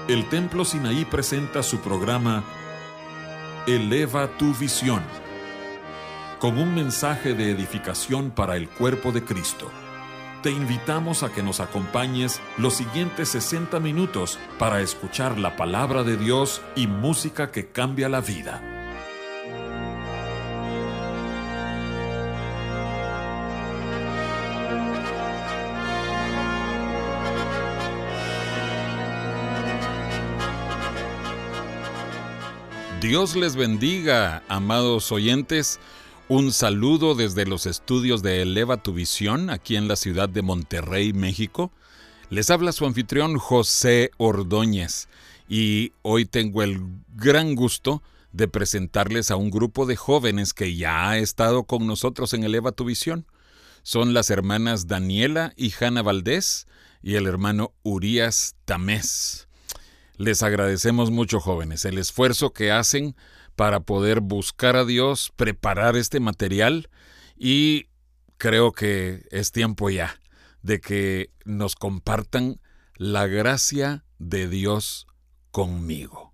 El Templo Sinaí presenta su programa Eleva tu visión, con un mensaje de edificación para el cuerpo de Cristo. Te invitamos a que nos acompañes los siguientes 60 minutos para escuchar la palabra de Dios y música que cambia la vida. Dios les bendiga, amados oyentes. Un saludo desde los estudios de Eleva tu Visión, aquí en la ciudad de Monterrey, México. Les habla su anfitrión José Ordóñez y hoy tengo el gran gusto de presentarles a un grupo de jóvenes que ya ha estado con nosotros en Eleva tu Visión. Son las hermanas Daniela y Hanna Valdés y el hermano Urias Tamés. Les agradecemos mucho, jóvenes, el esfuerzo que hacen para poder buscar a Dios, preparar este material, y creo que es tiempo ya de que nos compartan la gracia de Dios conmigo.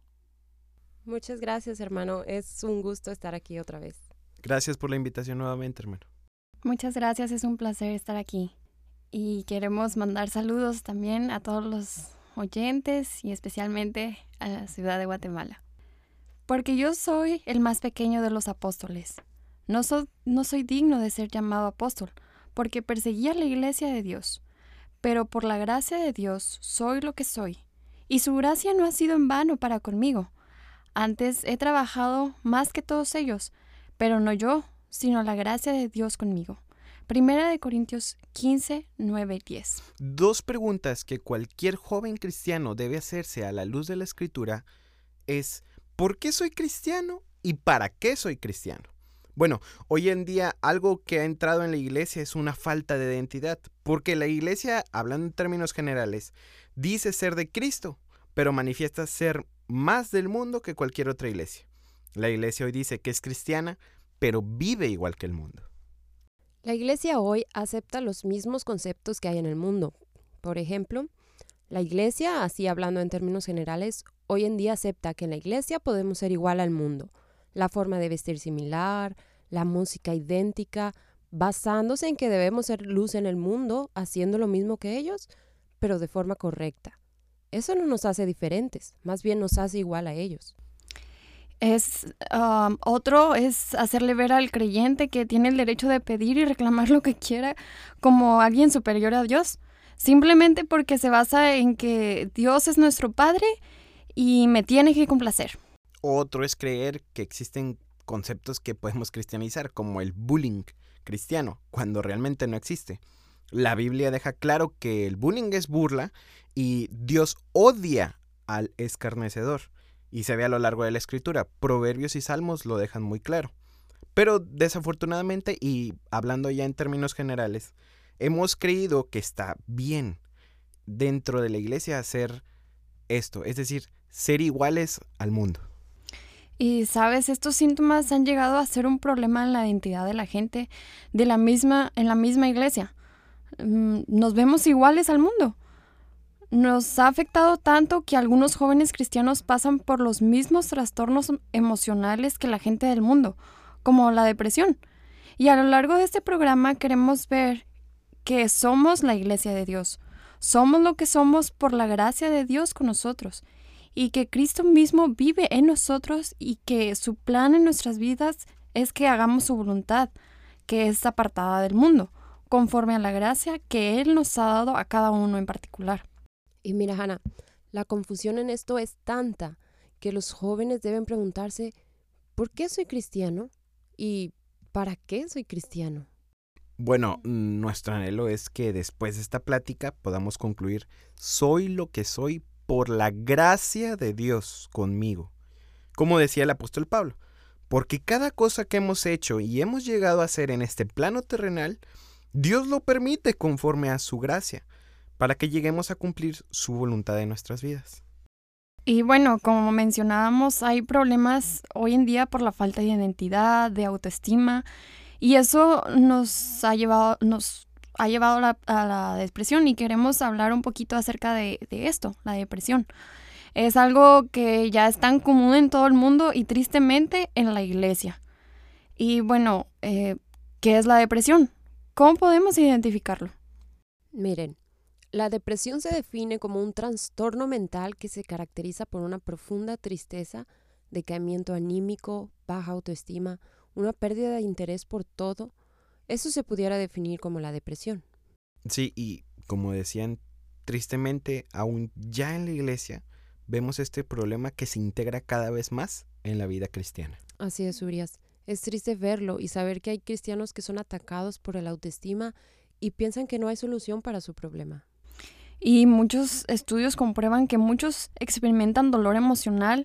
Muchas gracias, hermano. Es un gusto estar aquí otra vez. Gracias por la invitación nuevamente, hermano. Muchas gracias, es un placer estar aquí. Y queremos mandar saludos también a todos los oyentes y especialmente a la ciudad de Guatemala. Porque yo soy el más pequeño de los apóstoles. No soy digno de ser llamado apóstol, porque perseguía la iglesia de Dios. Pero por la gracia de Dios soy lo que soy. Y su gracia no ha sido en vano para conmigo. Antes he trabajado más que todos ellos, pero no yo, sino la gracia de Dios conmigo. Primera de Corintios 15, 9 y 10. Dos preguntas que cualquier joven cristiano debe hacerse a la luz de la Escritura es: ¿por qué soy cristiano y para qué soy cristiano? Bueno, hoy en día algo que ha entrado en la iglesia es una falta de identidad, porque la iglesia, hablando en términos generales, dice ser de Cristo, pero manifiesta ser más del mundo que cualquier otra iglesia. La iglesia hoy dice que es cristiana, pero vive igual que el mundo. La iglesia hoy acepta los mismos conceptos que hay en el mundo. Por ejemplo, la iglesia, así hablando en términos generales, hoy en día acepta que en la iglesia podemos ser igual al mundo. La forma de vestir similar, la música idéntica, basándose en que debemos ser luz en el mundo, haciendo lo mismo que ellos, pero de forma correcta. Eso no nos hace diferentes, más bien nos hace igual a ellos. Otro es hacerle ver al creyente que tiene el derecho de pedir y reclamar lo que quiera como alguien superior a Dios, simplemente porque se basa en que Dios es nuestro Padre y me tiene que complacer. Otro es creer que existen conceptos que podemos cristianizar, como el bullying cristiano, cuando realmente no existe. La Biblia deja claro que el bullying es burla y Dios odia al escarnecedor. Y se ve a lo largo de la Escritura. Proverbios y Salmos lo dejan muy claro. Pero desafortunadamente, y hablando ya en términos generales, hemos creído que está bien dentro de la iglesia hacer esto, es decir, ser iguales al mundo. Y sabes, estos síntomas han llegado a ser un problema en la identidad de la gente en la misma iglesia. Nos vemos iguales al mundo. Nos ha afectado tanto que algunos jóvenes cristianos pasan por los mismos trastornos emocionales que la gente del mundo, como la depresión. Y a lo largo de este programa queremos ver que somos la iglesia de Dios. Somos lo que somos por la gracia de Dios con nosotros. Y que Cristo mismo vive en nosotros y que su plan en nuestras vidas es que hagamos su voluntad, que es apartada del mundo, conforme a la gracia que Él nos ha dado a cada uno en particular. Y mira, Hanna, la confusión en esto es tanta que los jóvenes deben preguntarse: ¿por qué soy cristiano? ¿Y para qué soy cristiano? Bueno, nuestro anhelo es que después de esta plática podamos concluir: soy lo que soy por la gracia de Dios conmigo. Como decía el apóstol Pablo, porque cada cosa que hemos hecho y hemos llegado a hacer en este plano terrenal, Dios lo permite conforme a su gracia, para que lleguemos a cumplir su voluntad en nuestras vidas. Y bueno, como mencionábamos, hay problemas hoy en día por la falta de identidad, de autoestima, y eso nos ha llevado a la depresión, y queremos hablar un poquito acerca de esto, la depresión. Es algo que ya es tan común en todo el mundo y tristemente en la iglesia. Y bueno, ¿qué es la depresión? ¿Cómo podemos identificarlo? Miren, la depresión se define como un trastorno mental que se caracteriza por una profunda tristeza, decaimiento anímico, baja autoestima, una pérdida de interés por todo. Eso se pudiera definir como la depresión. Sí, y como decían, tristemente, aún ya en la iglesia, vemos este problema que se integra cada vez más en la vida cristiana. Así es, Urias. Es triste verlo y saber que hay cristianos que son atacados por el autoestima y piensan que no hay solución para su problema. Y muchos estudios comprueban que muchos experimentan dolor emocional,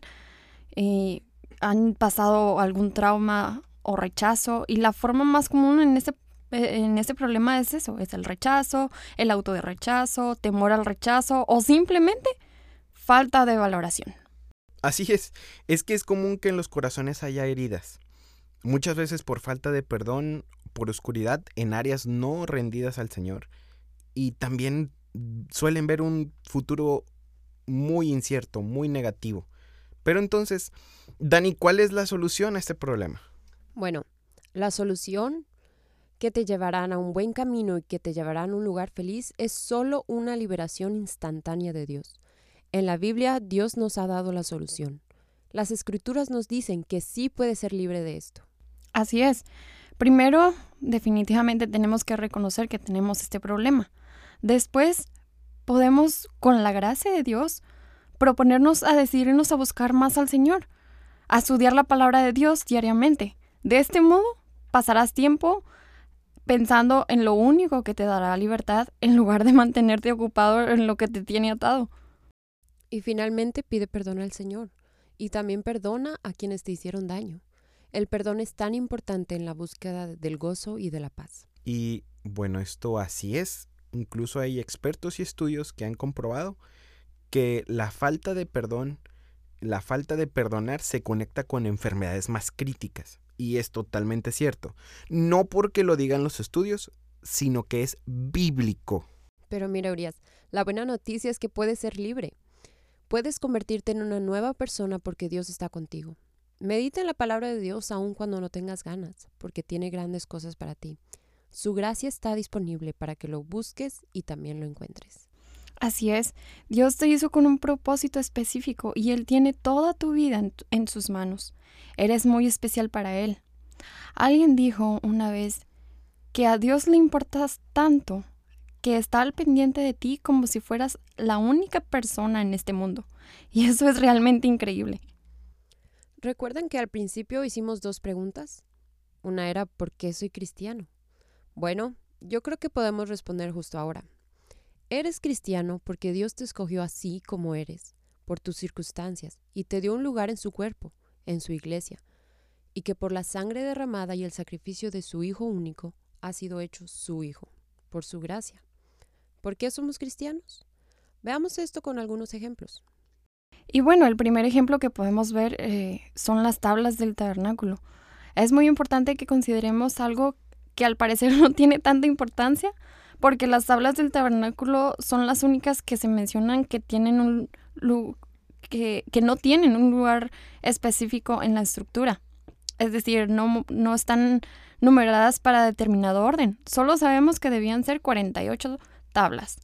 han pasado algún trauma o rechazo, y la forma más común en este problema es eso, es el rechazo, el auto de rechazo, temor al rechazo o simplemente falta de valoración. Así es que es común que en los corazones haya heridas, muchas veces por falta de perdón, por oscuridad en áreas no rendidas al Señor, y también suelen ver un futuro muy incierto, muy negativo. Pero entonces, Dani, ¿cuál es la solución a este problema? Bueno, la solución que te llevarán a un buen camino y que te llevarán a un lugar feliz es solo una liberación instantánea de Dios. En la Biblia, Dios nos ha dado la solución. Las Escrituras nos dicen que sí puedes ser libre de esto. Así es. Primero, definitivamente tenemos que reconocer que tenemos este problema. Después, podemos, con la gracia de Dios, proponernos a decidirnos a buscar más al Señor, a estudiar la palabra de Dios diariamente. De este modo, pasarás tiempo pensando en lo único que te dará libertad en lugar de mantenerte ocupado en lo que te tiene atado. Y finalmente pide perdón al Señor y también perdona a quienes te hicieron daño. El perdón es tan importante en la búsqueda del gozo y de la paz. Y bueno, esto así es. Incluso hay expertos y estudios que han comprobado que la falta de perdón, la falta de perdonar se conecta con enfermedades más críticas. Y es totalmente cierto. No porque lo digan los estudios, sino que es bíblico. Pero mira, Urias, la buena noticia es que puedes ser libre. Puedes convertirte en una nueva persona porque Dios está contigo. Medita en la palabra de Dios aun cuando no tengas ganas, porque tiene grandes cosas para ti. Su gracia está disponible para que lo busques y también lo encuentres. Así es, Dios te hizo con un propósito específico y Él tiene toda tu vida en sus manos. Eres muy especial para Él. Alguien dijo una vez que a Dios le importas tanto que está al pendiente de ti como si fueras la única persona en este mundo. Y eso es realmente increíble. ¿Recuerdan que al principio hicimos 2 preguntas? Una era ¿por qué soy cristiano? Bueno, yo creo que podemos responder justo ahora. Eres cristiano porque Dios te escogió así como eres, por tus circunstancias, y te dio un lugar en su cuerpo, en su iglesia, y que por la sangre derramada y el sacrificio de su Hijo único, ha sido hecho su Hijo, por su gracia. ¿Por qué somos cristianos? Veamos esto con algunos ejemplos. Y bueno, el primer ejemplo que podemos ver son las tablas del tabernáculo. Es muy importante que consideremos algo que al parecer no tiene tanta importancia, porque las tablas del tabernáculo son las únicas que se mencionan que tienen que no tienen un lugar específico en la estructura. Es decir, no están numeradas para determinado orden. Solo sabemos que debían ser 48 tablas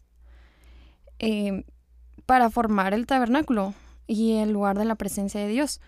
para formar el tabernáculo y el lugar de la presencia de Dios.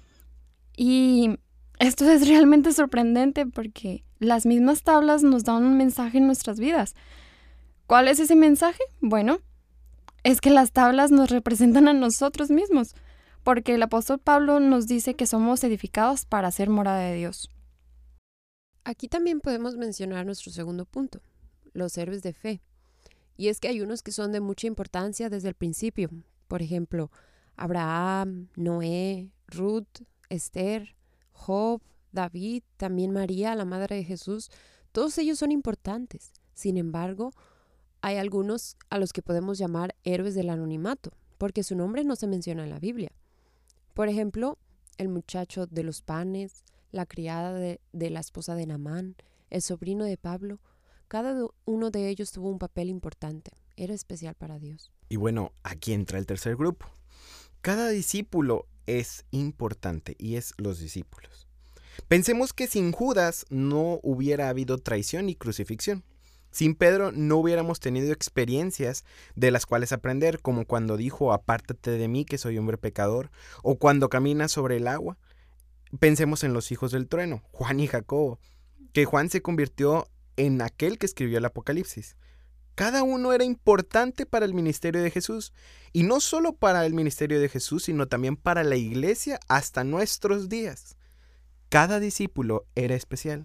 Y esto es realmente sorprendente porque las mismas tablas nos dan un mensaje en nuestras vidas. ¿Cuál es ese mensaje? Bueno, es que las tablas nos representan a nosotros mismos, porque el apóstol Pablo nos dice que somos edificados para ser morada de Dios. Aquí también podemos mencionar nuestro segundo punto, los héroes de fe. Y es que hay unos que son de mucha importancia desde el principio. Por ejemplo, Abraham, Noé, Ruth, Esther, Job, David, también María, la madre de Jesús. Todos ellos son importantes. Sin embargo, hay algunos a los que podemos llamar héroes del anonimato, porque su nombre no se menciona en la Biblia. Por ejemplo, el muchacho de los panes, la criada de la esposa de Naamán, el sobrino de Pablo. Cada uno de ellos tuvo un papel importante. Era especial para Dios. Y bueno, aquí entra el tercer grupo. Cada discípulo es importante y es los discípulos. Pensemos que sin Judas no hubiera habido traición y crucifixión. Sin Pedro no hubiéramos tenido experiencias de las cuales aprender, como cuando dijo, apártate de mí que soy hombre pecador, o cuando camina sobre el agua. Pensemos en los hijos del trueno, Juan y Jacobo, que Juan se convirtió en aquel que escribió el Apocalipsis. Cada uno era importante para el ministerio de Jesús, y no solo para el ministerio de Jesús, sino también para la iglesia hasta nuestros días. Cada discípulo era especial.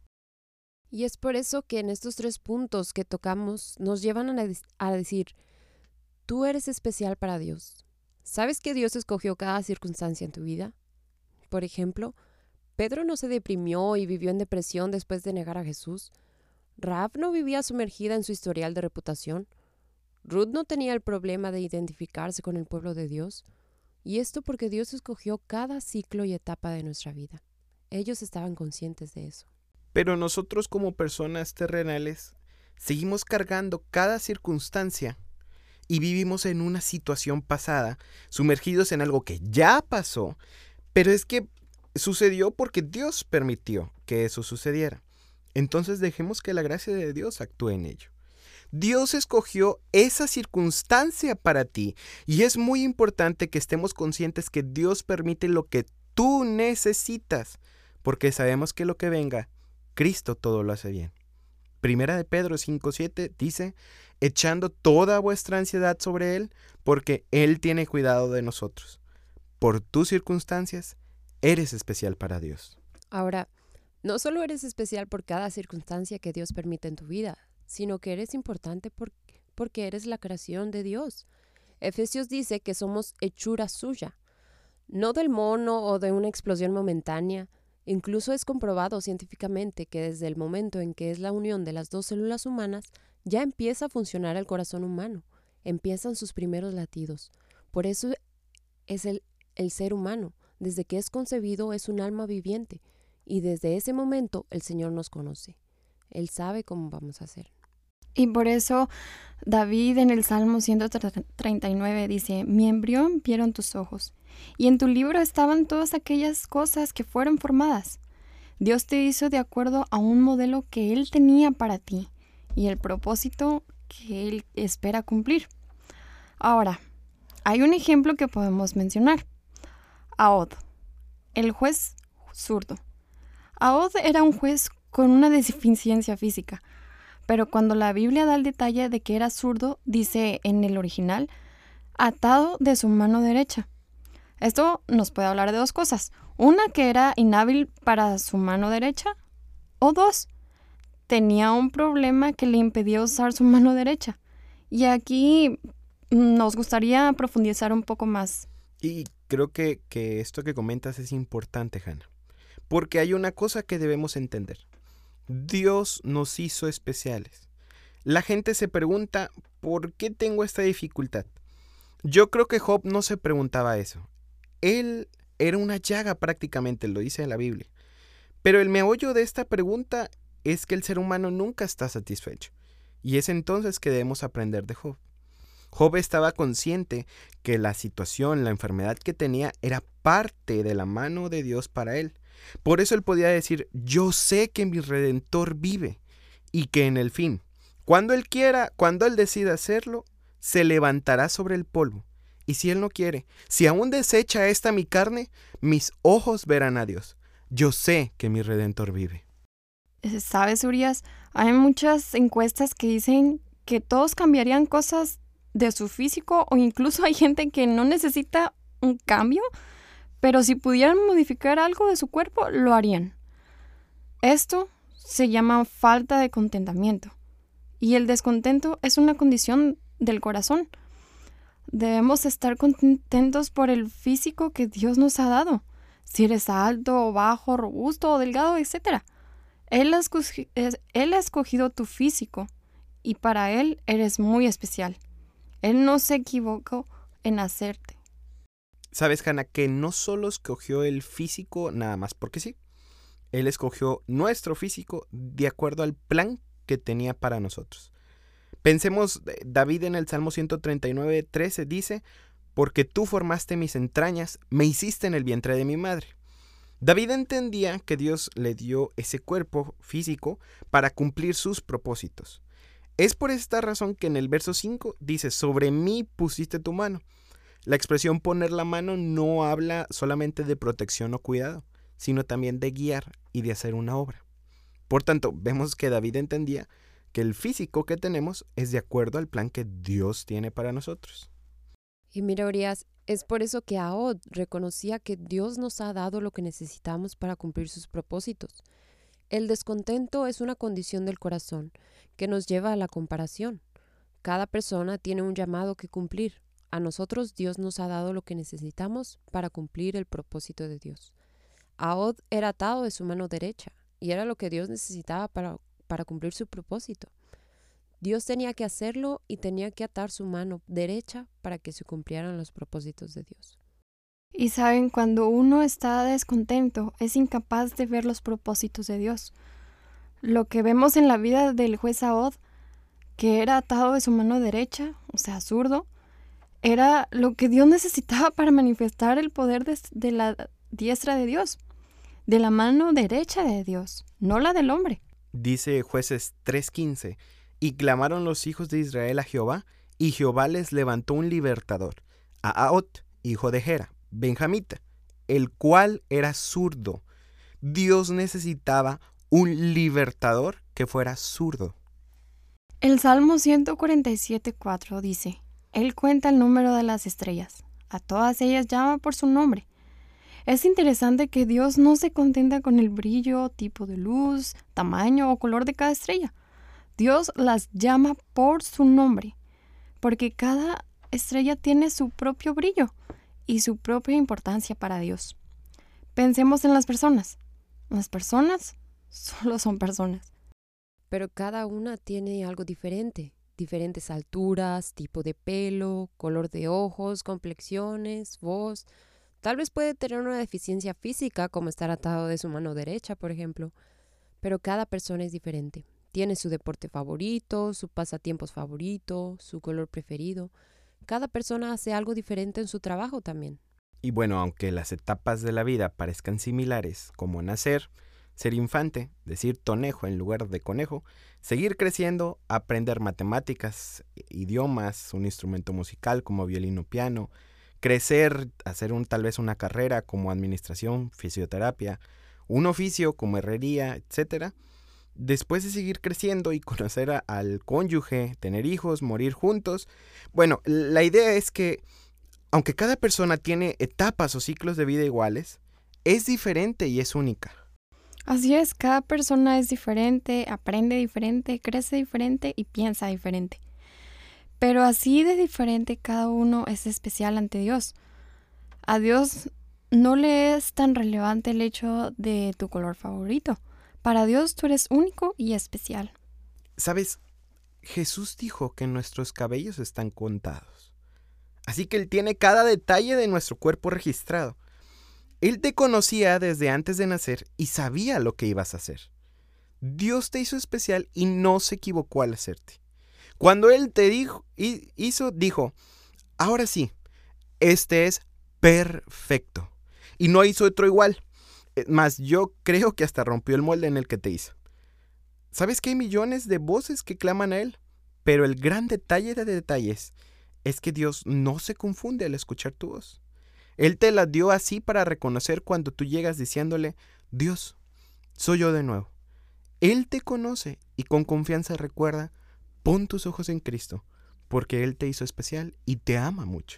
Y es por eso que en estos 3 puntos que tocamos nos llevan a decir, tú eres especial para Dios. ¿Sabes que Dios escogió cada circunstancia en tu vida? Por ejemplo, Pedro no se deprimió y vivió en depresión después de negar a Jesús. Rahab no vivía sumergida en su historial de reputación. Ruth no tenía el problema de identificarse con el pueblo de Dios. Y esto porque Dios escogió cada ciclo y etapa de nuestra vida. Ellos estaban conscientes de eso. Pero nosotros como personas terrenales seguimos cargando cada circunstancia y vivimos en una situación pasada, sumergidos en algo que ya pasó, pero es que sucedió porque Dios permitió que eso sucediera. Entonces dejemos que la gracia de Dios actúe en ello. Dios escogió esa circunstancia para ti y es muy importante que estemos conscientes que Dios permite lo que tú necesitas, porque sabemos que lo que venga, Cristo todo lo hace bien. Primera de Pedro 5:7 dice, echando toda vuestra ansiedad sobre Él, porque Él tiene cuidado de nosotros. Por tus circunstancias, eres especial para Dios. Ahora, no solo eres especial por cada circunstancia que Dios permite en tu vida, sino que eres importante porque eres la creación de Dios. Efesios dice que somos hechura suya, no del mono o de una explosión momentánea. Incluso es comprobado científicamente que desde el momento en que es la unión de las 2 células humanas, ya empieza a funcionar el corazón humano, empiezan sus primeros latidos. Por eso es el ser humano, desde que es concebido es un alma viviente, y desde ese momento el Señor nos conoce. Él sabe cómo vamos a hacer. Y por eso David en el Salmo 139 dice, mi embrión vieron tus ojos, y en tu libro estaban todas aquellas cosas que fueron formadas. Dios te hizo de acuerdo a un modelo que Él tenía para ti, y el propósito que Él espera cumplir. Ahora, hay un ejemplo que podemos mencionar. Ahod, el juez zurdo. Ahod era un juez con una deficiencia física, pero cuando la Biblia da el detalle de que era zurdo, dice en el original, atado de su mano derecha. Esto nos puede hablar de 2 cosas. Una, que era inhábil para su mano derecha, o 2, tenía un problema que le impedía usar su mano derecha. Y aquí nos gustaría profundizar un poco más. Y creo que esto que comentas es importante, Hannah, porque hay una cosa que debemos entender. Dios nos hizo especiales. La gente se pregunta, ¿por qué tengo esta dificultad? Yo creo que Job no se preguntaba eso. Él era una llaga prácticamente, lo dice la Biblia. Pero el meollo de esta pregunta es que el ser humano nunca está satisfecho. Y es entonces que debemos aprender de Job. Job estaba consciente que la situación, la enfermedad que tenía era parte de la mano de Dios para él. Por eso él podía decir, yo sé que mi Redentor vive y que en el fin, cuando él quiera, cuando él decida hacerlo, se levantará sobre el polvo. Y si él no quiere, si aún desecha esta mi carne, mis ojos verán a Dios. Yo sé que mi Redentor vive. ¿Sabes, Urias? Hay muchas encuestas que dicen que todos cambiarían cosas de su físico, o incluso hay gente que no necesita un cambio, pero si pudieran modificar algo de su cuerpo, lo harían. Esto se llama falta de contentamiento. Y el descontento es una condición del corazón. Debemos estar contentos por el físico que Dios nos ha dado. Si eres alto o bajo, robusto o delgado, etc. Él ha escogido tu físico y para Él eres muy especial. Él no se equivocó en hacerte. ¿Sabes, Hannah, que no solo escogió el físico nada más porque sí? Él escogió nuestro físico de acuerdo al plan que tenía para nosotros. Pensemos, David en el Salmo 139:13 dice, porque tú formaste mis entrañas, me hiciste en el vientre de mi madre. David entendía que Dios le dio ese cuerpo físico para cumplir sus propósitos. Es por esta razón que en el verso 5 dice, sobre mí pusiste tu mano. La expresión poner la mano no habla solamente de protección o cuidado, sino también de guiar y de hacer una obra. Por tanto, vemos que David entendía que el físico que tenemos es de acuerdo al plan que Dios tiene para nosotros. Y mira, Urias, es por eso que Ahod reconocía que Dios nos ha dado lo que necesitamos para cumplir sus propósitos. El descontento es una condición del corazón que nos lleva a la comparación. Cada persona tiene un llamado que cumplir. A nosotros Dios nos ha dado lo que necesitamos para cumplir el propósito de Dios. Ahod era atado de su mano derecha y era lo que Dios necesitaba para cumplir su propósito. Dios tenía que hacerlo y tenía que atar su mano derecha para que se cumplieran los propósitos de Dios. Y saben, cuando uno está descontento, es incapaz de ver los propósitos de Dios. Lo que vemos en la vida del juez Ahod, que era atado de su mano derecha, o sea, zurdo, era lo que Dios necesitaba para manifestar el poder de la diestra de Dios, de la mano derecha de Dios, no la del hombre. Dice Jueces 3:15, y clamaron los hijos de Israel a Jehová, y Jehová les levantó un libertador, a Ahod, hijo de Gera, benjamita, el cual era zurdo. Dios necesitaba un libertador que fuera zurdo. El Salmo 147:4 dice, Él cuenta el número de las estrellas, a todas ellas llama por su nombre. Es interesante que Dios no se contenta con el brillo, tipo de luz, tamaño o color de cada estrella. Dios las llama por su nombre, porque cada estrella tiene su propio brillo y su propia importancia para Dios. Pensemos en las personas. Las personas solo son personas. Pero cada una tiene algo diferente, diferentes alturas, tipo de pelo, color de ojos, complexiones, voz. Tal vez puede tener una deficiencia física, como estar atado de su mano derecha, por ejemplo. Pero cada persona es diferente. Tiene su deporte favorito, su pasatiempos favorito, su color preferido. Cada persona hace algo diferente en su trabajo también. Y bueno, aunque las etapas de la vida parezcan similares, como nacer, ser infante, decir tonejo en lugar de conejo, seguir creciendo, aprender matemáticas, idiomas, un instrumento musical como violín o piano, crecer, hacer tal vez una carrera como administración, fisioterapia, un oficio como herrería, etc. Después de seguir creciendo y conocer al cónyuge, tener hijos, morir juntos. Bueno, la idea es que, aunque cada persona tiene etapas o ciclos de vida iguales, es diferente y es única. Así es, cada persona es diferente, aprende diferente, crece diferente y piensa diferente. Pero así de diferente cada uno es especial ante Dios. A Dios no le es tan relevante el hecho de tu color favorito. Para Dios tú eres único y especial. ¿Sabes? Jesús dijo que nuestros cabellos están contados. Así que Él tiene cada detalle de nuestro cuerpo registrado. Él te conocía desde antes de nacer y sabía lo que ibas a hacer. Dios te hizo especial y no se equivocó al hacerte. Cuando Él te dijo, ahora sí, este es perfecto. Y no hizo otro igual. Más, yo creo que hasta rompió el molde en el que te hizo. ¿Sabes que hay millones de voces que claman a Él? Pero el gran detalle de detalles es que Dios no se confunde al escuchar tu voz. Él te la dio así para reconocer cuando tú llegas diciéndole, Dios, soy yo de nuevo. Él te conoce y con confianza recuerda, pon tus ojos en Cristo, porque Él te hizo especial y te ama mucho.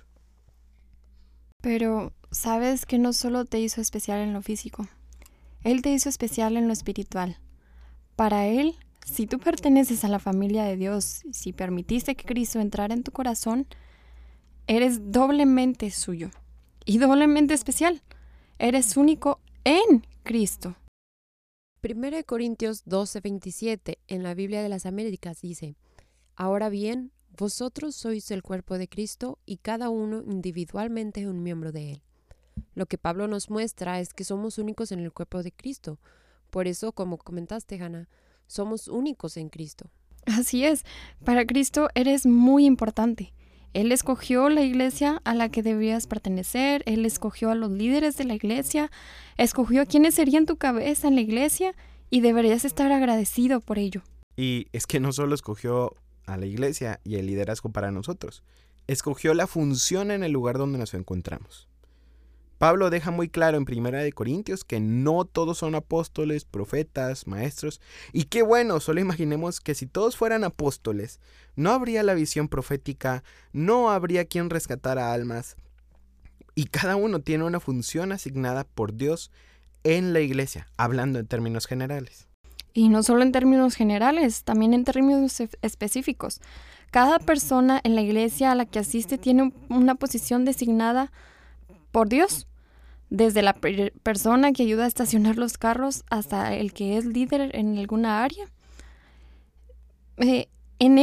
Pero sabes que no solo te hizo especial en lo físico, Él te hizo especial en lo espiritual. Para Él, si tú perteneces a la familia de Dios, si permitiste que Cristo entrara en tu corazón, eres doblemente suyo y doblemente especial. Eres único en Cristo. 1 Corintios 12:27 en la Biblia de las Américas dice, ahora bien, vosotros sois el cuerpo de Cristo y cada uno individualmente es un miembro de él. Lo que Pablo nos muestra es que somos únicos en el cuerpo de Cristo. Por eso, como comentaste, Hannah, somos únicos en Cristo. Así es, para Cristo eres muy importante. Él escogió la iglesia a la que debías pertenecer, Él escogió a los líderes de la iglesia, escogió a quienes serían tu cabeza en la iglesia y deberías estar agradecido por ello. Y es que no solo escogió a la iglesia y el liderazgo para nosotros, escogió la función en el lugar donde nos encontramos. Pablo deja muy claro en 1 Corintios que no todos son apóstoles, profetas, maestros. Y qué bueno, solo imaginemos que si todos fueran apóstoles, no habría la visión profética, no habría quien rescatara almas. Y cada uno tiene una función asignada por Dios en la iglesia, hablando en términos generales. Y no solo en términos generales, también en términos específicos. Cada persona en la iglesia a la que asiste tiene una posición designada por Dios, desde la persona que ayuda a estacionar los carros hasta el que es líder en alguna área. En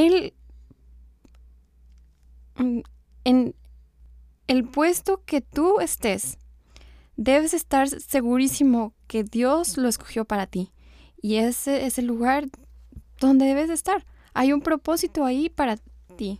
el puesto que tú estés, debes estar segurísimo que Dios lo escogió para ti. Y ese es el lugar donde debes estar. Hay un propósito ahí para ti.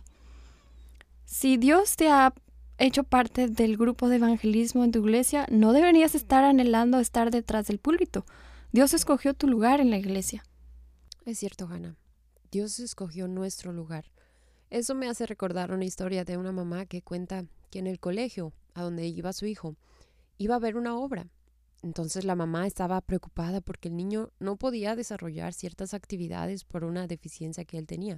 Si Dios te ha hecho parte del grupo de evangelismo en tu iglesia, no deberías estar anhelando estar detrás del púlpito. Dios escogió tu lugar en la iglesia. Es cierto, Hannah. Dios escogió nuestro lugar. Eso me hace recordar una historia de una mamá que cuenta que en el colegio a donde iba su hijo, iba a ver una obra. Entonces la mamá estaba preocupada porque el niño no podía desarrollar ciertas actividades por una deficiencia que él tenía.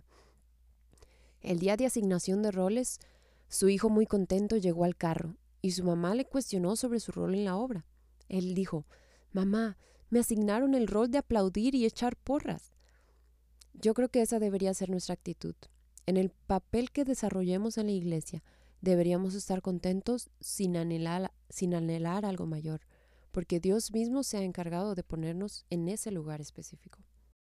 El día de asignación de roles, su hijo muy contento llegó al carro y su mamá le cuestionó sobre su rol en la obra. Él dijo: «Mamá, me asignaron el rol de aplaudir y echar porras». Yo creo que esa debería ser nuestra actitud. En el papel que desarrollemos en la iglesia, deberíamos estar contentos sin anhelar algo mayor, porque Dios mismo se ha encargado de ponernos en ese lugar específico.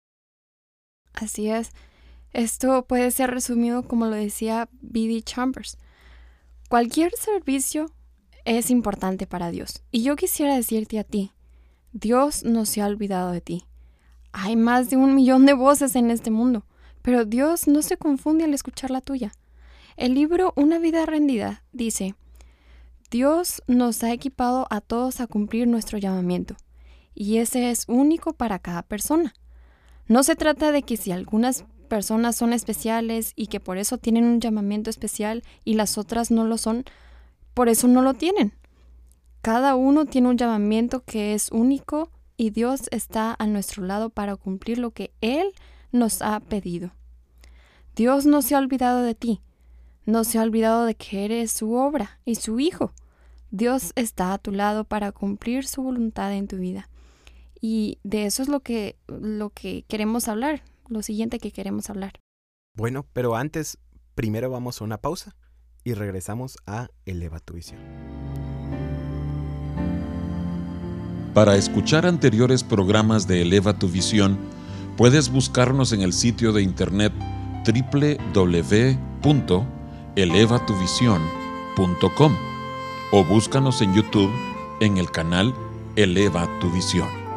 Así es. Esto puede ser resumido como lo decía B.D. Chambers. Cualquier servicio es importante para Dios. Y yo quisiera decirte a ti, Dios no se ha olvidado de ti. Hay más de 1 millón de voces en este mundo, pero Dios no se confunde al escuchar la tuya. El libro Una vida rendida dice: Dios nos ha equipado a todos a cumplir nuestro llamamiento, y ese es único para cada persona. No se trata de que si algunas personas son especiales y que por eso tienen un llamamiento especial y las otras no lo son, por eso no lo tienen. Cada uno tiene un llamamiento que es único y Dios está a nuestro lado para cumplir lo que Él nos ha pedido. Dios no se ha olvidado de ti, no se ha olvidado de que eres su obra y su hijo. Dios está a tu lado para cumplir su voluntad en tu vida. Y de eso es lo que queremos hablar. Lo siguiente que queremos hablar. Bueno, pero antes, primero vamos a una pausa y regresamos a Eleva tu Visión. Para escuchar anteriores programas de Eleva tu Visión, puedes buscarnos en el sitio de internet www.elevatuvision.com o búscanos en YouTube en el canal Eleva tu Visión.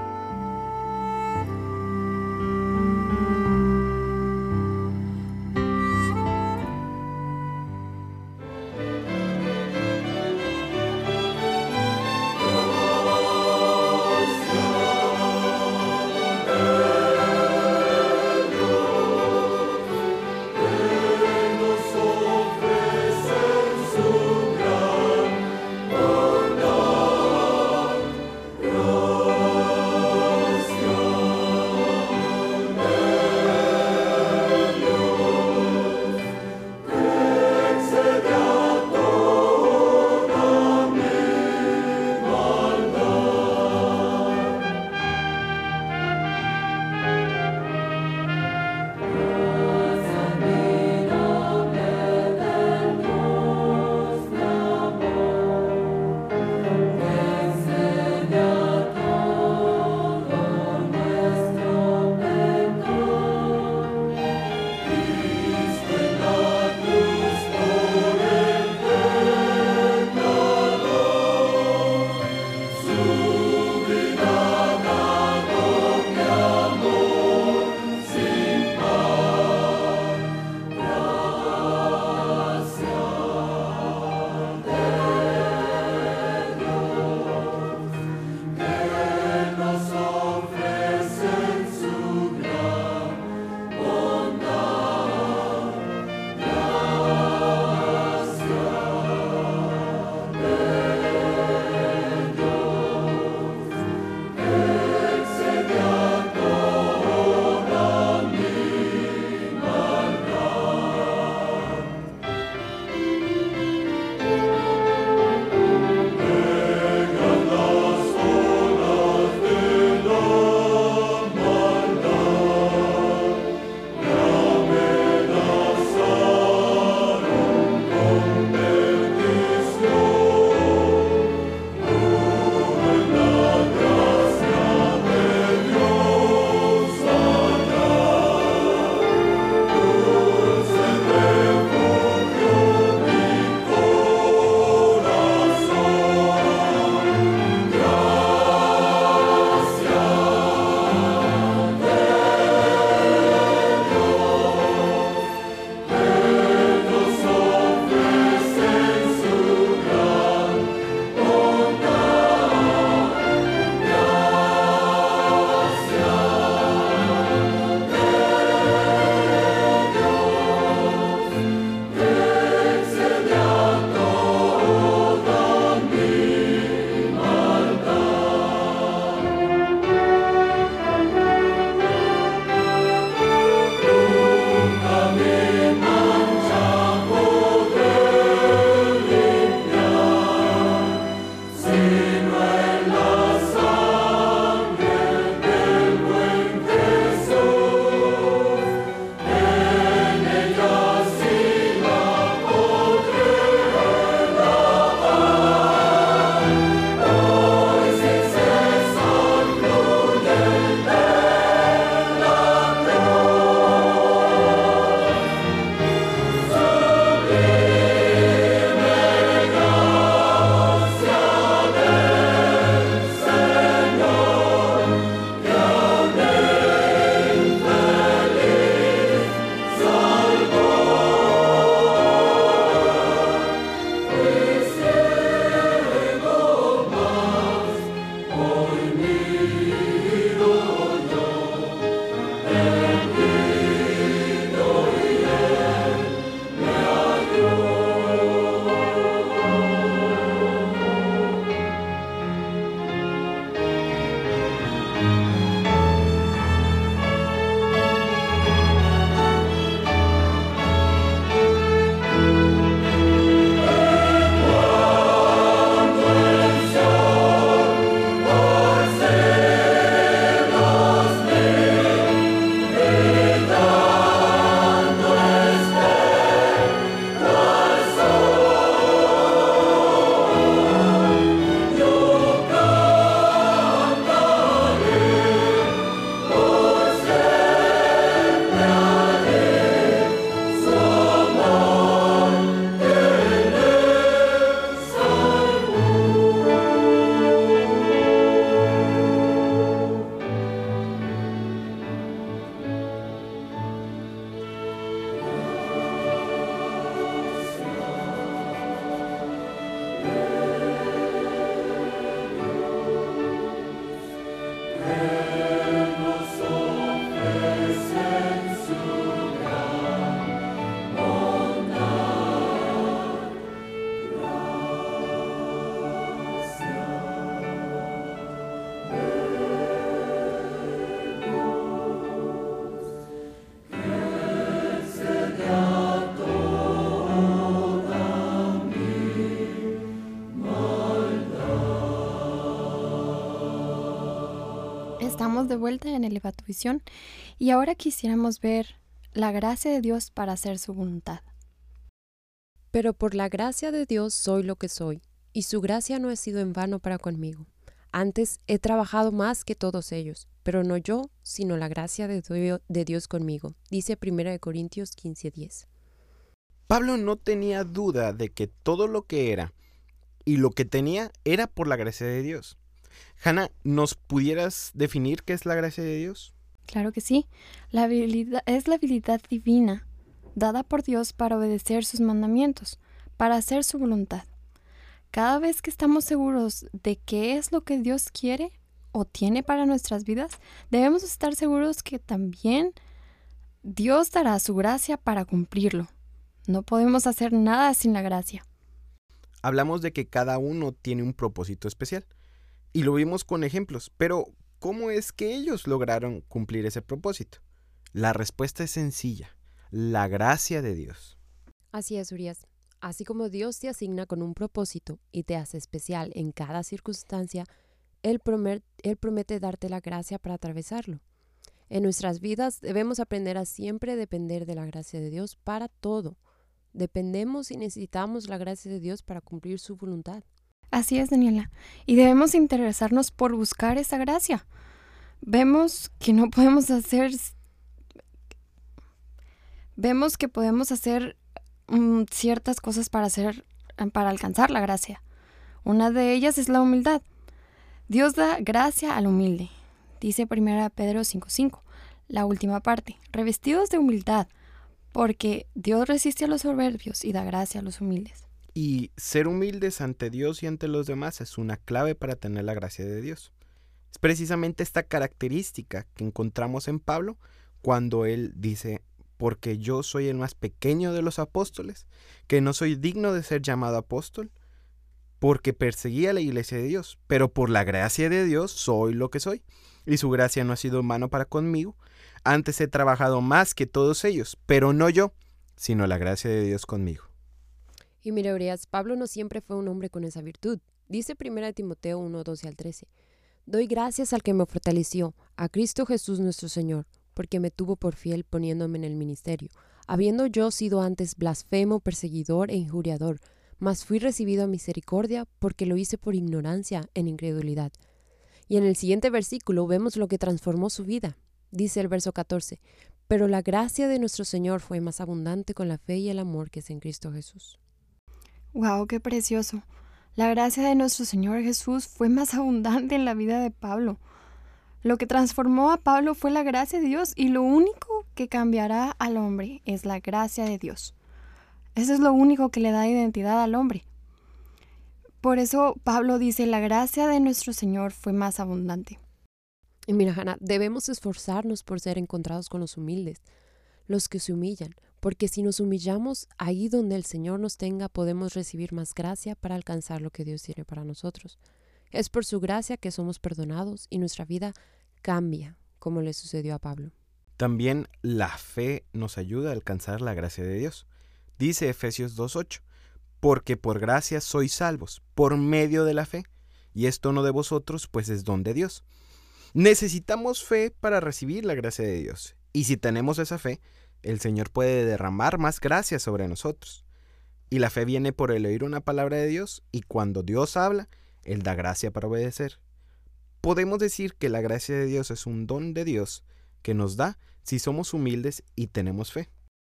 Estamos de vuelta en Eleva tu Visión y ahora quisiéramos ver la gracia de Dios para hacer su voluntad. Pero por la gracia de Dios soy lo que soy, y su gracia no ha sido en vano para conmigo. Antes he trabajado más que todos ellos, pero no yo, sino la gracia de Dios conmigo, dice 1 Corintios 15:10. Pablo no tenía duda de que todo lo que era y lo que tenía era por la gracia de Dios. Hannah, ¿nos pudieras definir qué es la gracia de Dios? Claro que sí. Es la habilidad divina, dada por Dios para obedecer sus mandamientos, para hacer su voluntad. Cada vez que estamos seguros de qué es lo que Dios quiere o tiene para nuestras vidas, debemos estar seguros que también Dios dará su gracia para cumplirlo. No podemos hacer nada sin la gracia. Hablamos de que cada uno tiene un propósito especial y lo vimos con ejemplos, pero ¿cómo es que ellos lograron cumplir ese propósito? La respuesta es sencilla: la gracia de Dios. Así es, Urias. Así como Dios te asigna con un propósito y te hace especial en cada circunstancia, Él promete darte la gracia para atravesarlo. En nuestras vidas debemos aprender a siempre depender de la gracia de Dios para todo. Dependemos y necesitamos la gracia de Dios para cumplir su voluntad. Así es, Daniela. Y debemos interesarnos por buscar esa gracia. Vemos que podemos hacer ciertas cosas para alcanzar la gracia. Una de ellas es la humildad. Dios da gracia al humilde. Dice 1 Pedro 5:5, la última parte. Revestidos de humildad, porque Dios resiste a los soberbios y da gracia a los humildes. Y ser humildes ante Dios y ante los demás es una clave para tener la gracia de Dios. Es precisamente esta característica que encontramos en Pablo cuando él dice: porque yo soy el más pequeño de los apóstoles, que no soy digno de ser llamado apóstol, porque perseguí a la iglesia de Dios, pero por la gracia de Dios soy lo que soy, y su gracia no ha sido en vano para conmigo. Antes he trabajado más que todos ellos, pero no yo, sino la gracia de Dios conmigo. Y mira, Urias, Pablo no siempre fue un hombre con esa virtud. Dice 1 Timoteo 1:12-13. Doy gracias al que me fortaleció, a Cristo Jesús nuestro Señor, porque me tuvo por fiel poniéndome en el ministerio, habiendo yo sido antes blasfemo, perseguidor e injuriador, mas fui recibido a misericordia porque lo hice por ignorancia en incredulidad. Y en el siguiente versículo vemos lo que transformó su vida. Dice el verso 14, pero la gracia de nuestro Señor fue más abundante con la fe y el amor que es en Cristo Jesús. ¡Wow! ¡Qué precioso! La gracia de nuestro Señor Jesús fue más abundante en la vida de Pablo. Lo que transformó a Pablo fue la gracia de Dios, y lo único que cambiará al hombre es la gracia de Dios. Eso es lo único que le da identidad al hombre. Por eso Pablo dice: la gracia de nuestro Señor fue más abundante. Y mira, Hannah, debemos esforzarnos por ser encontrados con los humildes, los que se humillan, porque si nos humillamos, ahí donde el Señor nos tenga, podemos recibir más gracia para alcanzar lo que Dios tiene para nosotros. Es por su gracia que somos perdonados y nuestra vida cambia, como le sucedió a Pablo. También la fe nos ayuda a alcanzar la gracia de Dios. Dice Efesios 2:8, porque por gracia sois salvos, por medio de la fe, y esto no de vosotros, pues es don de Dios. Necesitamos fe para recibir la gracia de Dios, y si tenemos esa fe, el Señor puede derramar más gracia sobre nosotros. Y la fe viene por el oír una palabra de Dios, y cuando Dios habla, Él da gracia para obedecer. Podemos decir que la gracia de Dios es un don de Dios que nos da si somos humildes y tenemos fe.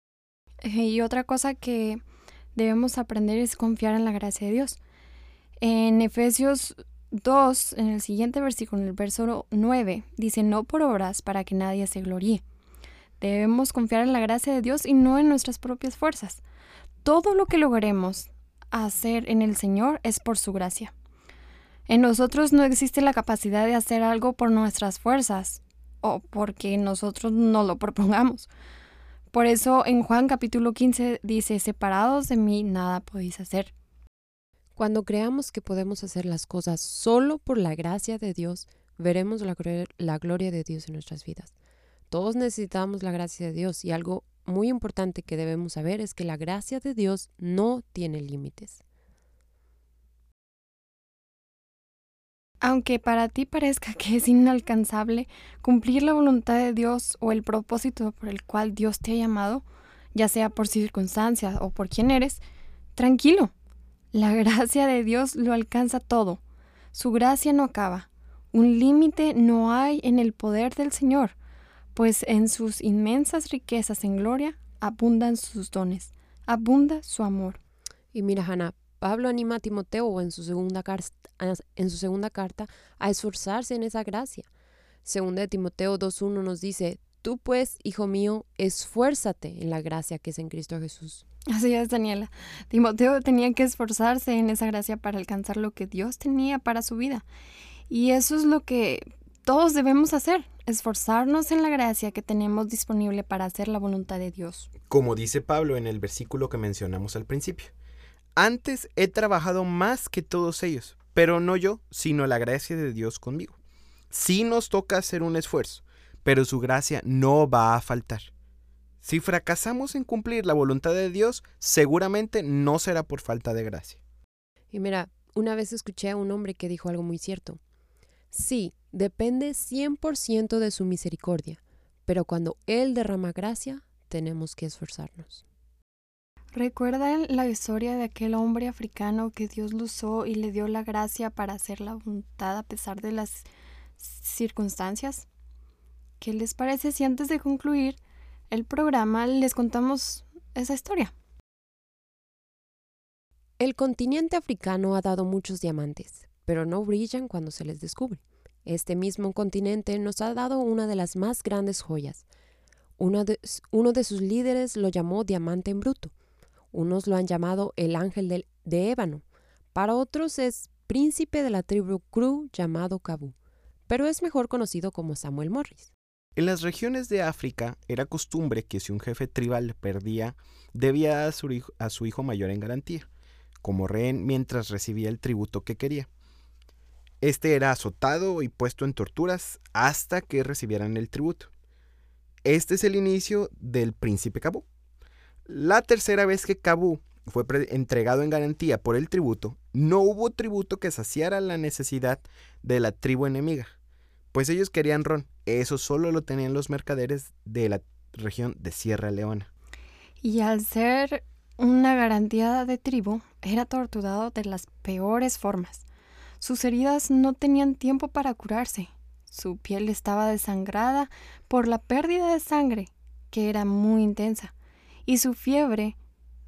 Y otra cosa que debemos aprender es confiar en la gracia de Dios. En Efesios 2, en el siguiente versículo, en el verso 9, dice: no por obras para que nadie se gloríe. Debemos confiar en la gracia de Dios y no en nuestras propias fuerzas. Todo lo que logremos hacer en el Señor es por su gracia. En nosotros no existe la capacidad de hacer algo por nuestras fuerzas o porque nosotros no lo propongamos. Por eso en Juan capítulo 15 dice: separados de mí nada podéis hacer. Cuando creamos que podemos hacer las cosas solo por la gracia de Dios, veremos la gloria de Dios en nuestras vidas. Todos necesitamos la gracia de Dios, y algo muy importante que debemos saber es que la gracia de Dios no tiene límites. Aunque para ti parezca que es inalcanzable cumplir la voluntad de Dios o el propósito por el cual Dios te ha llamado, ya sea por circunstancias o por quién eres, tranquilo. La gracia de Dios lo alcanza todo. Su gracia no acaba. Un límite no hay en el poder del Señor, pues en sus inmensas riquezas en gloria abundan sus dones, abunda su amor. Y mira, Hannah, Pablo anima a Timoteo en su segunda carta a esforzarse en esa gracia. Segunda de Timoteo 2:1 nos dice: tú pues, hijo mío, esfuérzate en la gracia que es en Cristo Jesús. Así es, Daniela. Timoteo tenía que esforzarse en esa gracia para alcanzar lo que Dios tenía para su vida. Y eso es lo que todos debemos hacer, esforzarnos en la gracia que tenemos disponible para hacer la voluntad de Dios. Como dice Pablo en el versículo que mencionamos al principio. Antes he trabajado más que todos ellos, pero no yo, sino la gracia de Dios conmigo. Sí nos toca hacer un esfuerzo, pero su gracia no va a faltar. Si fracasamos en cumplir la voluntad de Dios, seguramente no será por falta de gracia. Y mira, una vez escuché a un hombre que dijo algo muy cierto. Sí, depende 100% de su misericordia, pero cuando Él derrama gracia, tenemos que esforzarnos. ¿Recuerdan la historia de aquel hombre africano que Dios lo usó y le dio la gracia para hacer la voluntad a pesar de las circunstancias? ¿Qué les parece si antes de concluir el programa les contamos esa historia? El continente africano ha dado muchos diamantes, pero no brillan cuando se les descubre. Este mismo continente nos ha dado una de las más grandes joyas. Uno de sus líderes lo llamó diamante en bruto. Unos lo han llamado el ángel de ébano. Para otros es príncipe de la tribu Kru llamado Kabu, pero es mejor conocido como Samuel Morris. En las regiones de África era costumbre que si un jefe tribal perdía, debía a su hijo mayor en garantía, como rehén mientras recibía el tributo que quería. Este era azotado y puesto en torturas hasta que recibieran el tributo. Este es el inicio del príncipe Kabu. La tercera vez que Kabu fue entregado en garantía por el tributo, no hubo tributo que saciara la necesidad de la tribu enemiga, pues ellos querían ron. Eso solo lo tenían los mercaderes de la región de Sierra Leona. Y al ser una garantía de tribu, era torturado de las peores formas. Sus heridas no tenían tiempo para curarse. Su piel estaba desangrada por la pérdida de sangre, que era muy intensa, y su fiebre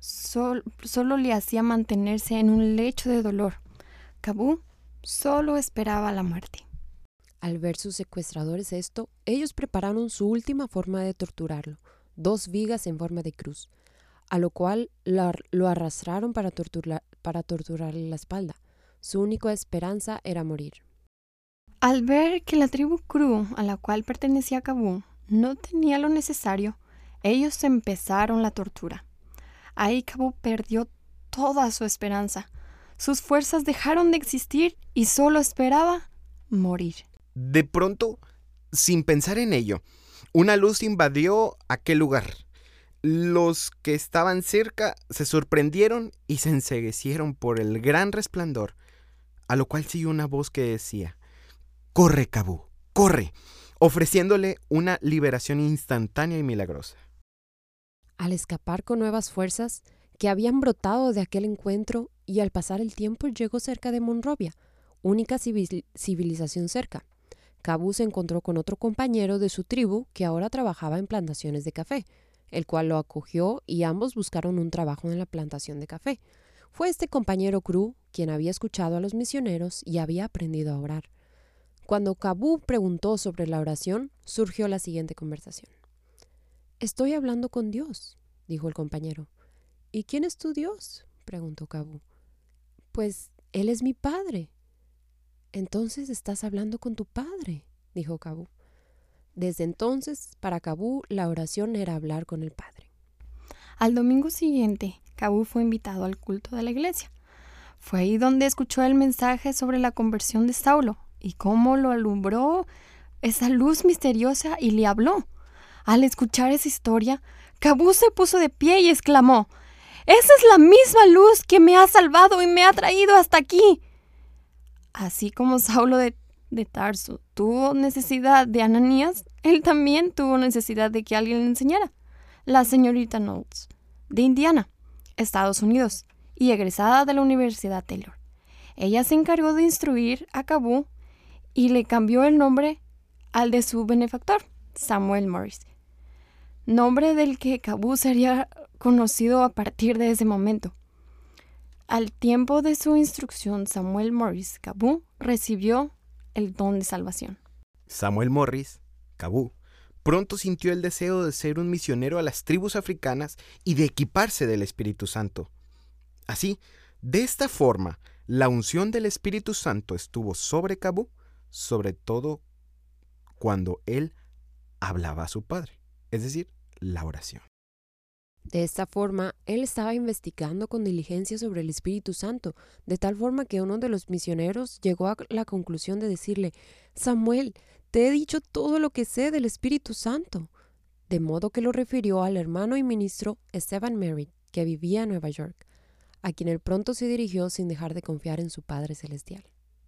solo le hacía mantenerse en un lecho de dolor. Kabu solo esperaba la muerte. Al ver sus secuestradores esto, ellos prepararon su última forma de torturarlo, 2 vigas en forma de cruz, a lo cual lo arrastraron para torturarle la espalda. Su única esperanza era morir. Al ver que la tribu Kru, a la cual pertenecía Kabu, no tenía lo necesario, ellos empezaron la tortura. Ahí Kabu perdió toda su esperanza. Sus fuerzas dejaron de existir y solo esperaba morir. De pronto, sin pensar en ello, una luz invadió aquel lugar. Los que estaban cerca se sorprendieron y se enceguecieron por el gran resplandor, a lo cual siguió una voz que decía: «Corre, Kabu, corre», ofreciéndole una liberación instantánea y milagrosa. Al escapar con nuevas fuerzas que habían brotado de aquel encuentro y al pasar el tiempo llegó cerca de Monrovia, única civilización cerca. Kabu se encontró con otro compañero de su tribu que ahora trabajaba en plantaciones de café, el cual lo acogió y ambos buscaron un trabajo en la plantación de café. Fue este compañero Kru quien había escuchado a los misioneros y había aprendido a orar. Cuando Kabu preguntó sobre la oración, surgió la siguiente conversación. «Estoy hablando con Dios», dijo el compañero. «¿Y quién es tu Dios?», preguntó Kabu. «Pues Él es mi padre». «Entonces estás hablando con tu padre», dijo Kabu. Desde entonces, para Kabu, la oración era hablar con el Padre. Al domingo siguiente, Kabu fue invitado al culto de la iglesia. Fue ahí donde escuchó el mensaje sobre la conversión de Saulo y cómo lo alumbró esa luz misteriosa y le habló. Al escuchar esa historia, Kabu se puso de pie y exclamó: «¡Esa es la misma luz que me ha salvado y me ha traído hasta aquí!». Así como Saulo de Tarso tuvo necesidad de Ananías, él también tuvo necesidad de que alguien le enseñara. La señorita Knowles, de Indiana, Estados Unidos, y egresada de la Universidad Taylor. Ella se encargó de instruir a Kabú y le cambió el nombre al de su benefactor, Samuel Morris, nombre del que Kabú sería conocido a partir de ese momento. Al tiempo de su instrucción, Samuel Morris Kabú recibió el don de salvación. Samuel Morris, Kabú, pronto sintió el deseo de ser un misionero a las tribus africanas y de equiparse del Espíritu Santo. Así, de esta forma, la unción del Espíritu Santo estuvo sobre Kabú, sobre todo cuando él hablaba a su Padre, es decir, la oración. De esta forma, él estaba investigando con diligencia sobre el Espíritu Santo, de tal forma que uno de los misioneros llegó a la conclusión de decirle: Samuel, te he dicho todo lo que sé del Espíritu Santo. De modo que lo refirió al hermano y ministro Stephen Merritt, que vivía en Nueva York, a quien él pronto se dirigió sin dejar de confiar en su Padre Celestial.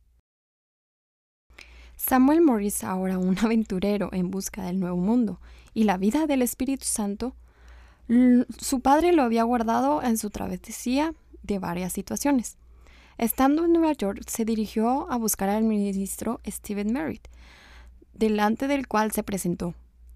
Samuel Morris, ahora un aventurero en busca del nuevo mundo y la vida del Espíritu Santo, su padre lo había guardado en su travesía de varias situaciones. Estando en Nueva York, se dirigió a buscar al ministro Stephen Merritt, delante del cual se presentó: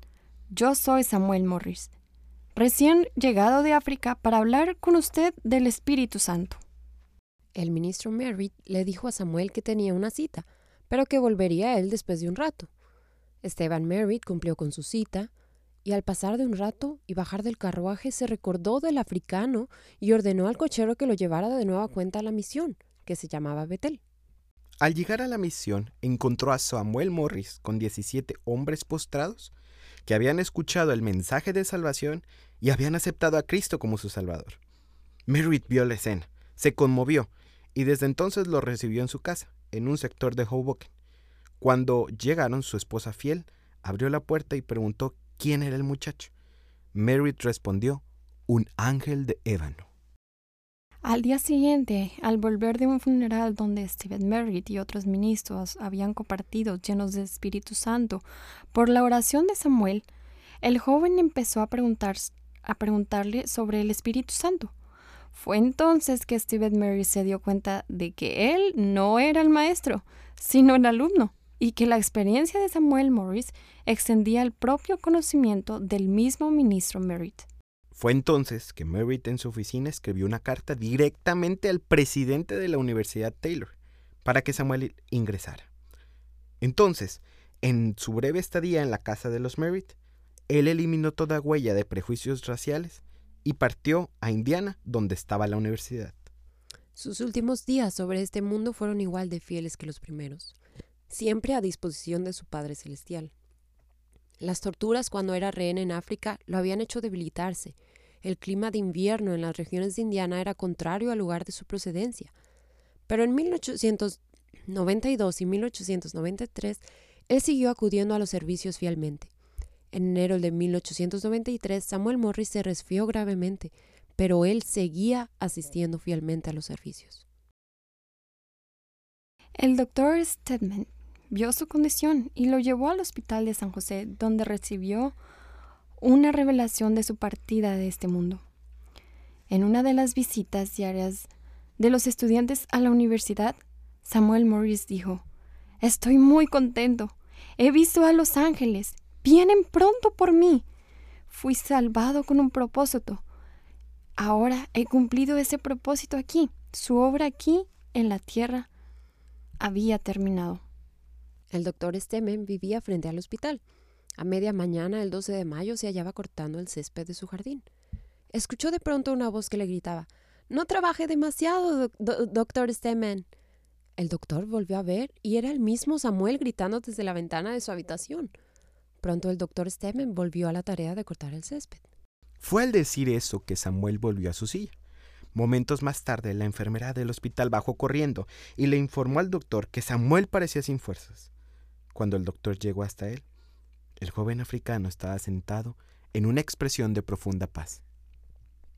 Yo soy Samuel Morris, recién llegado de África para hablar con usted del Espíritu Santo. El ministro Merritt le dijo a Samuel que tenía una cita, pero que volvería a él después de un rato. Stephen Merritt cumplió con su cita, y al pasar de un rato y bajar del carruaje se recordó del africano y ordenó al cochero que lo llevara de nueva cuenta a la misión, que se llamaba Betel. Al llegar a la misión, encontró a Samuel Morris con 17 hombres postrados que habían escuchado el mensaje de salvación y habían aceptado a Cristo como su Salvador. Merritt vio la escena, se conmovió y desde entonces lo recibió en su casa, en un sector de Hoboken. Cuando llegaron, su esposa fiel abrió la puerta y preguntó quién era el muchacho. Merritt respondió: un ángel de ébano. Al día siguiente, al volver de un funeral donde Stephen Merritt y otros ministros habían compartido llenos del Espíritu Santo por la oración de Samuel, el joven empezó a preguntarle sobre el Espíritu Santo. Fue entonces que Stephen Merritt se dio cuenta de que él no era el maestro, sino el alumno, y que la experiencia de Samuel Morris extendía el propio conocimiento del mismo ministro Merritt. Fue entonces que Merritt en su oficina escribió una carta directamente al presidente de la Universidad Taylor para que Samuel ingresara. Entonces, en su breve estadía en la casa de los Merritt, él eliminó toda huella de prejuicios raciales y partió a Indiana, donde estaba la universidad. Sus últimos días sobre este mundo fueron igual de fieles que los primeros, siempre a disposición de su Padre Celestial. Las torturas cuando era rehén en África lo habían hecho debilitarse. El clima de invierno en las regiones de Indiana era contrario al lugar de su procedencia. Pero en 1892 y 1893, él siguió acudiendo a los servicios fielmente. En enero de 1893, Samuel Morris se resfrió gravemente, pero él seguía asistiendo fielmente a los servicios. El doctor Stedman vio su condición y lo llevó al hospital de San José, donde recibió una revelación de su partida de este mundo. En una de las visitas diarias de los estudiantes a la universidad, Samuel Morris dijo: «Estoy muy contento. He visto a los ángeles. Vienen pronto por mí. Fui salvado con un propósito. Ahora he cumplido ese propósito aquí. Su obra aquí en la tierra había terminado». El doctor Stedman vivía frente al hospital. A media mañana, el 12 de mayo, se hallaba cortando el césped de su jardín. Escuchó de pronto una voz que le gritaba: «No trabaje demasiado, doctor Stedman». El doctor volvió a ver y era el mismo Samuel gritando desde la ventana de su habitación. Pronto el doctor Stedman volvió a la tarea de cortar el césped. Fue al decir eso que Samuel volvió a su silla. Momentos más tarde, la enfermera del hospital bajó corriendo y le informó al doctor que Samuel parecía sin fuerzas. Cuando el doctor llegó hasta él, el joven africano estaba sentado en una expresión de profunda paz.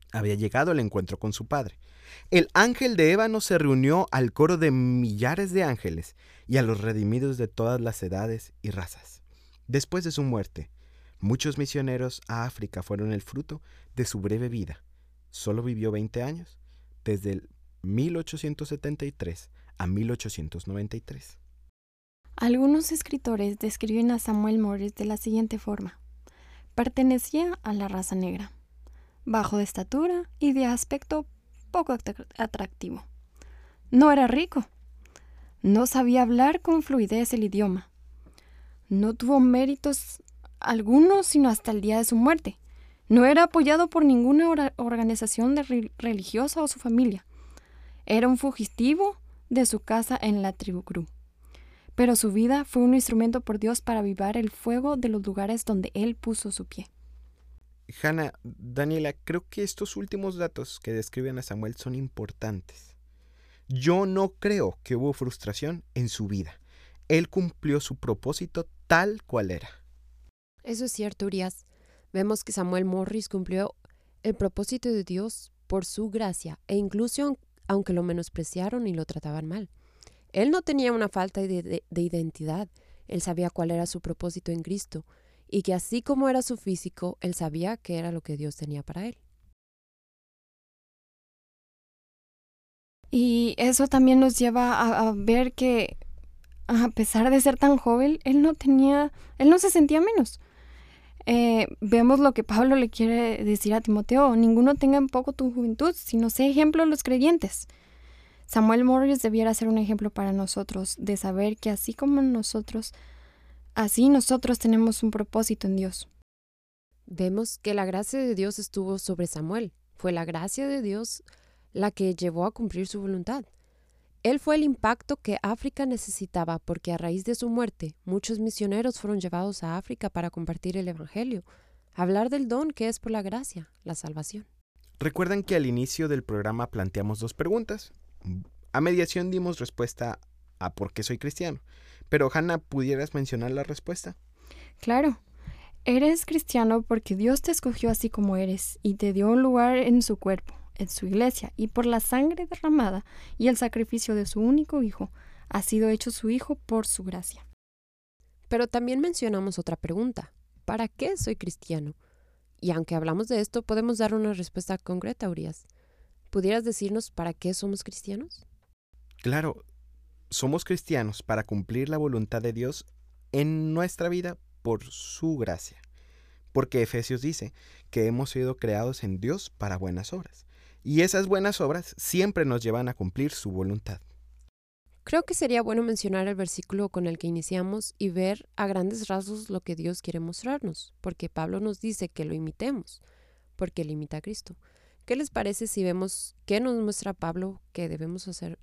Había llegado el encuentro con su padre. El ángel de ébano se reunió al coro de millares de ángeles y a los redimidos de todas las edades y razas. Después de su muerte, muchos misioneros a África fueron el fruto de su breve vida. Solo vivió 20 años, desde el 1873 a 1893. Algunos escritores describen a Samuel Morris de la siguiente forma. Pertenecía a la raza negra, bajo de estatura y de aspecto poco atractivo. No era rico. No sabía hablar con fluidez el idioma. No tuvo méritos algunos sino hasta el día de su muerte. No era apoyado por ninguna organización religiosa o su familia. Era un fugitivo de su casa en la tribu Cru. Pero su vida fue un instrumento por Dios para avivar el fuego de los lugares donde Él puso su pie. Hannah, Daniela, creo que estos últimos datos que describen a Samuel son importantes. Yo no creo que hubo frustración en su vida. Él cumplió su propósito tal cual era. Eso es cierto, Urias. Vemos que Samuel Morris cumplió el propósito de Dios por su gracia, e incluso aunque lo menospreciaron y lo trataban mal. Él no tenía una falta de identidad. Él sabía cuál era su propósito en Cristo, y que así como era su físico, él sabía que era lo que Dios tenía para él. Y eso también nos lleva a ver que, a pesar de ser tan joven, él no se sentía menos. Vemos lo que Pablo le quiere decir a Timoteo: ninguno tenga en poco tu juventud, sino sé ejemplo a los creyentes. Samuel Morris debiera ser un ejemplo para nosotros, de saber que así nosotros tenemos un propósito en Dios. Vemos que la gracia de Dios estuvo sobre Samuel. Fue la gracia de Dios la que llevó a cumplir su voluntad. Él fue el impacto que África necesitaba, porque a raíz de su muerte, muchos misioneros fueron llevados a África para compartir el Evangelio, hablar del don que es por la gracia, la salvación. Recuerdan que al inicio del programa planteamos 2 preguntas. A mediación dimos respuesta a por qué soy cristiano. Pero, Hannah, ¿pudieras mencionar la respuesta? Claro. Eres cristiano porque Dios te escogió así como eres y te dio un lugar en su cuerpo, en su iglesia, y por la sangre derramada y el sacrificio de su único hijo, ha sido hecho su hijo por su gracia. Pero también mencionamos otra pregunta. ¿Para qué soy cristiano? Y aunque hablamos de esto, podemos dar una respuesta concreta, Urias. ¿Pudieras decirnos para qué somos cristianos? Claro, somos cristianos para cumplir la voluntad de Dios en nuestra vida por su gracia. Porque Efesios dice que hemos sido creados en Dios para buenas obras. Y esas buenas obras siempre nos llevan a cumplir su voluntad. Creo que sería bueno mencionar el versículo con el que iniciamos y ver a grandes rasgos lo que Dios quiere mostrarnos, porque Pablo nos dice que lo imitemos, porque él imita a Cristo. ¿Qué les parece si vemos qué nos muestra Pablo que debemos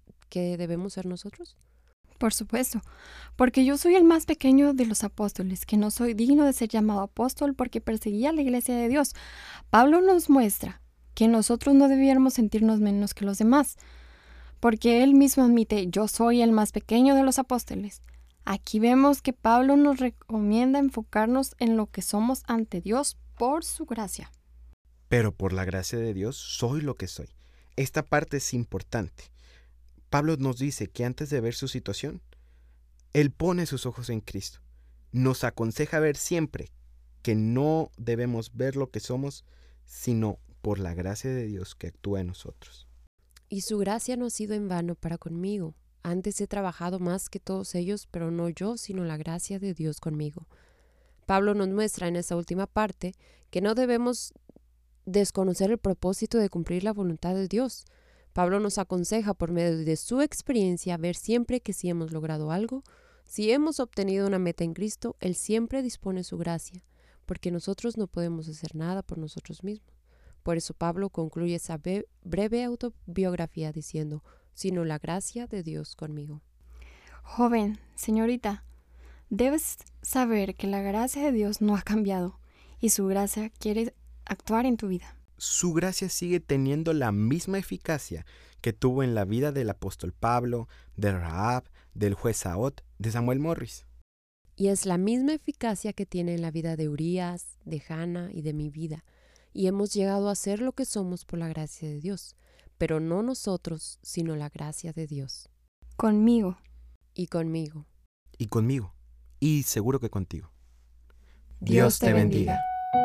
ser nosotros? Por supuesto, porque yo soy el más pequeño de los apóstoles, que no soy digno de ser llamado apóstol porque perseguía la iglesia de Dios. Pablo nos muestra que nosotros no debiéramos sentirnos menos que los demás, porque él mismo admite: yo soy el más pequeño de los apóstoles. Aquí vemos que Pablo nos recomienda enfocarnos en lo que somos ante Dios por su gracia. Pero por la gracia de Dios soy lo que soy. Esta parte es importante. Pablo nos dice que antes de ver su situación, él pone sus ojos en Cristo. Nos aconseja ver siempre que no debemos ver lo que somos, sino por la gracia de Dios que actúa en nosotros. Y su gracia no ha sido en vano para conmigo. Antes he trabajado más que todos ellos, pero no yo, sino la gracia de Dios conmigo. Pablo nos muestra en esa última parte que no debemos desconocer el propósito de cumplir la voluntad de Dios. Pablo nos aconseja por medio de su experiencia ver siempre que si hemos logrado algo, si hemos obtenido una meta en Cristo, Él siempre dispone su gracia, porque nosotros no podemos hacer nada por nosotros mismos. Por eso Pablo concluye esa breve autobiografía diciendo: sino la gracia de Dios conmigo. Joven, señorita, debes saber que la gracia de Dios no ha cambiado y su gracia quiere actuar en tu vida. Su gracia sigue teniendo la misma eficacia que tuvo en la vida del apóstol Pablo, de Rahab, del juez Saot, de Samuel Morris. Y es la misma eficacia que tiene en la vida de Urias, de Hannah y de mi vida. y hemos llegado a ser lo que somos por la gracia de Dios, pero no nosotros, sino la gracia de Dios. Conmigo. Y conmigo. Y conmigo. Y seguro que contigo. Dios te bendiga.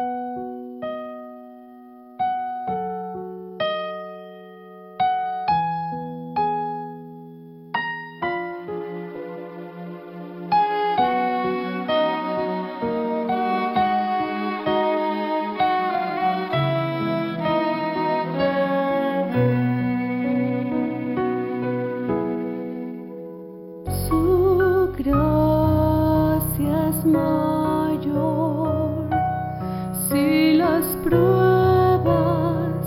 Su gracia es mayor, si las pruebas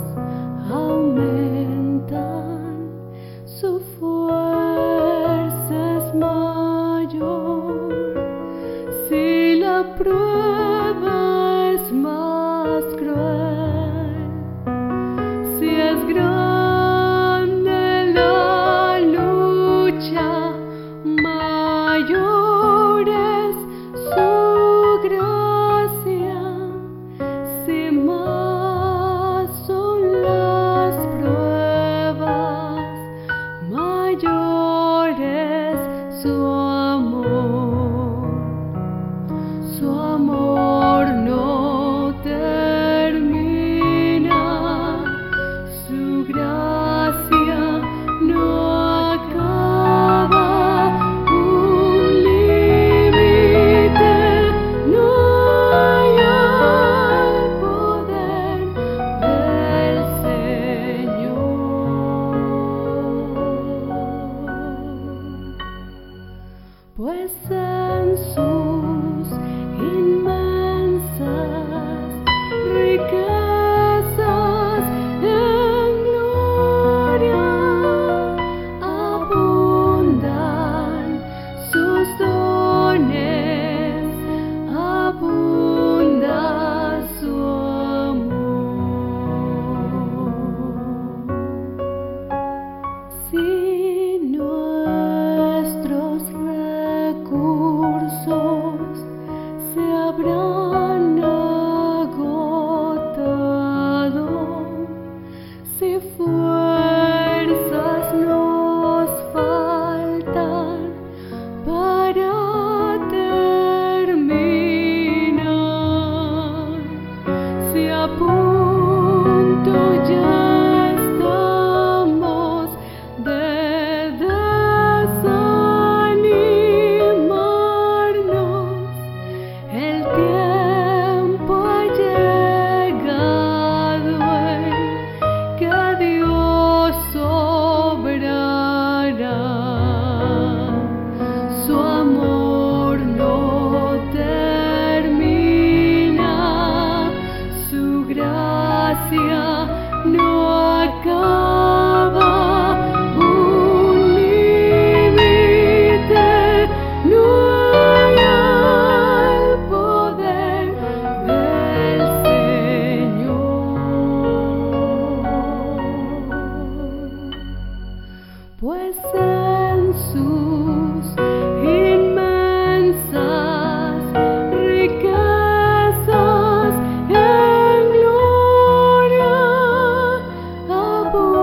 aumentan, su fuerza es mayor, si la prueba es más cruel, si es grande la lucha, mayor es su gracia, si más son las pruebas, mayor es su amor no termina, su gracia no acaba, un límite no hay al poder del Señor, pues en sus inmensas riquezas en gloria abundan sus dones, abunda su amor. Si nuestros recursos se habrán agotado, si fuerzas nos faltan para terminar, si a punto ya estamos de desanimarnos, el tiempo ha llegado en que Dios obrará. Su amor no termina, su gracia no acaba, un límite no hay al poder del Señor, pues en sus inmensas riquezas en gloria abundan.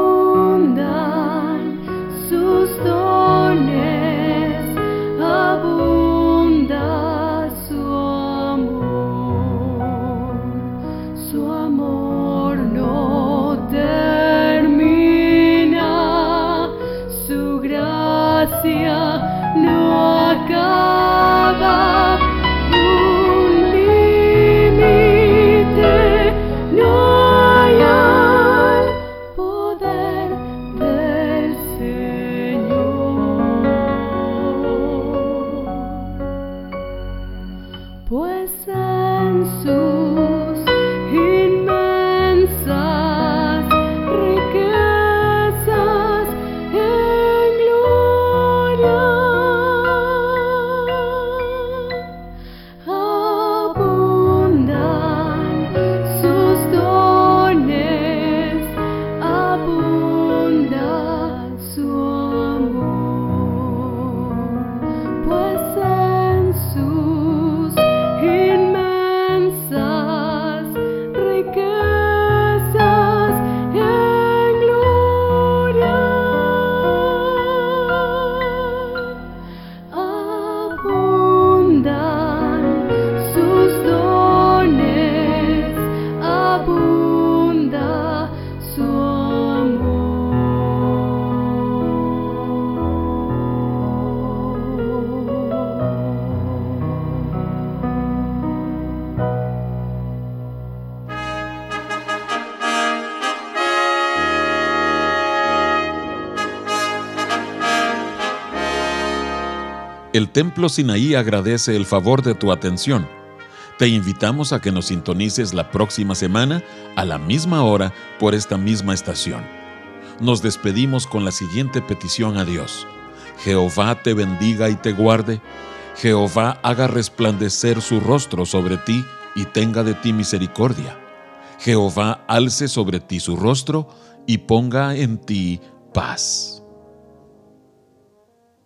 El Templo Sinaí agradece el favor de tu atención. Te invitamos a que nos sintonices la próxima semana a la misma hora por esta misma estación. Nos despedimos con la siguiente petición a Dios. Jehová te bendiga y te guarde. Jehová haga resplandecer su rostro sobre ti y tenga de ti misericordia. Jehová alce sobre ti su rostro y ponga en ti paz.